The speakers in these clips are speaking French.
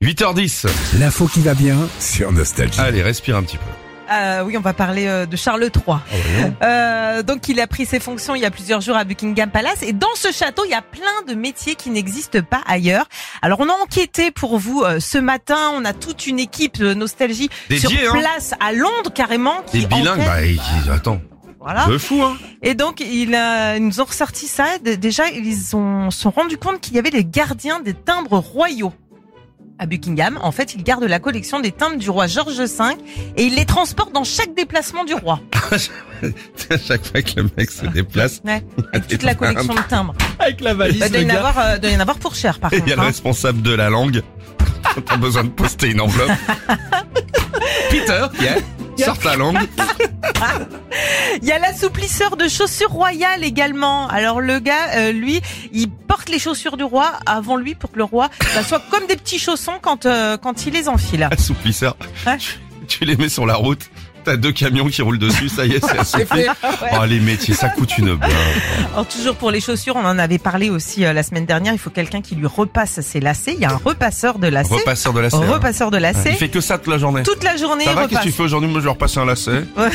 8h10. L'info qui va bien sur Nostalgie. Allez, respire un petit peu. Oui, on va parler de Charles III. Donc, il a pris ses fonctions il y a plusieurs jours à Buckingham Palace. Et dans ce château, il y a plein de métiers qui n'existent pas ailleurs. Alors, on a enquêté pour vous ce matin. On a toute une équipe de Nostalgie Dédié, sur place à Londres, carrément. Des bilingues, attends. Voilà. De fou, hein. Et donc, ils nous ont ressorti ça. Déjà, ils sont rendus compte qu'il y avait des gardiens des timbres royaux à Buckingham. En fait, ils gardent la collection des timbres du roi George V et ils les transportent dans chaque déplacement du roi. À chaque fois que le mec se déplace. Ouais, avec toute la collection de timbres. Avec la valise, Doit y en avoir pour cher, par Il contre. y a le responsable de la langue. T'as besoin de poster une enveloppe. Peter, sors ta langue. Il y a l'assouplisseur de chaussures royales également. Alors le gars, lui, il porte les chaussures du roi avant lui pour que le roi soit comme des petits chaussons quand il les enfile. Assouplisseur. Ouais. Tu les mets sur la route. T'as 2 camions qui roulent dessus, ça y est, c'est assoupli. Ouais. Oh, les métiers, ça coûte une blinde. Alors toujours pour les chaussures, on en avait parlé aussi la semaine dernière. Il faut quelqu'un qui lui repasse ses lacets. Il y a un repasseur de lacets. Repasseur de lacets. Repasseur de lacets. Il fait que ça toute la journée. Toute la journée. Ça il va, repasse. qu'est-ce que tu fais aujourd'hui? Moi, je vais repasser un lacet. Ouais.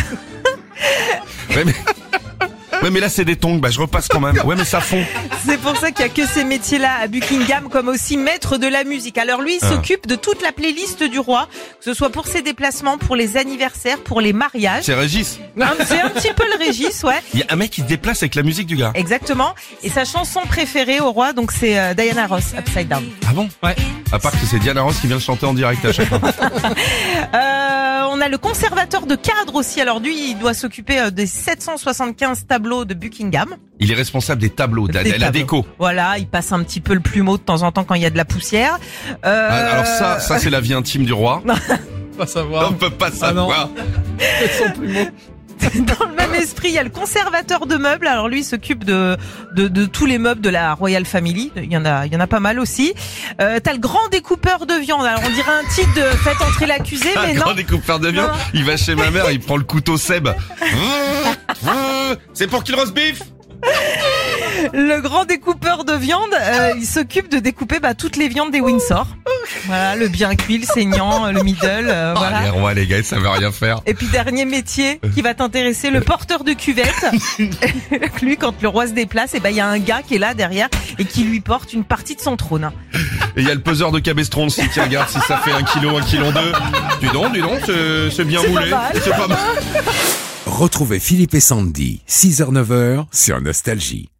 Ouais, mais là, c'est des tongs. Bah, je repasse quand même. Ouais, mais ça fond. C'est pour ça qu'il y a que ces métiers-là à Buckingham, comme aussi maître de la musique. Alors lui, il s'occupe de toute la playlist du roi, que ce soit pour ses déplacements, pour les anniversaires, pour les mariages. C'est Régis. C'est un petit peu le Régis, ouais. Il y a un mec qui se déplace avec la musique du gars. Exactement. Et sa chanson préférée au roi, donc c'est Diana Ross, Upside Down. Ah bon? Ouais. À part que c'est Diana Ross qui vient le chanter en direct à chaque fois. On a le conservateur de cadres aussi. Alors lui, il doit s'occuper des 775 tableaux de Buckingham. Il est responsable des tableaux, de la déco. Voilà, il passe un petit peu le plumeau de temps en temps quand il y a de la poussière. Alors ça c'est la vie intime du roi. Pas savoir. On peut pas savoir. Son plumeau. Dans le même esprit, il y a le conservateur de meubles. Alors lui, il s'occupe de tous les meubles de la Royal Family. Il y en a pas mal aussi. T'as le grand découpeur de viande. Alors on dirait un titre de Faites entrer l'accusé, mais non. Grand découpeur de viande. Non. Il va chez ma mère, il prend le couteau Seb. C'est pour qu'il roast beef. Le grand découpeur de viande, il s'occupe de découper toutes les viandes des Windsor. Voilà, le bien cuit, le saignant, le middle, voilà. Les rois, les gars, ça veut rien faire. Et puis dernier métier qui va t'intéresser, le porteur de cuvette. Lui, quand le roi se déplace, il y a un gars qui est là derrière et qui lui porte une partie de son trône. Et il y a le peseur de cabestron aussi qui regarde si ça fait 1 kilo, 1 kilo 2. Dis donc, c'est bien C'est moulé. pas mal. C'est pas mal. Retrouvez Philippe et Sandy, 6h-9h sur Nostalgie.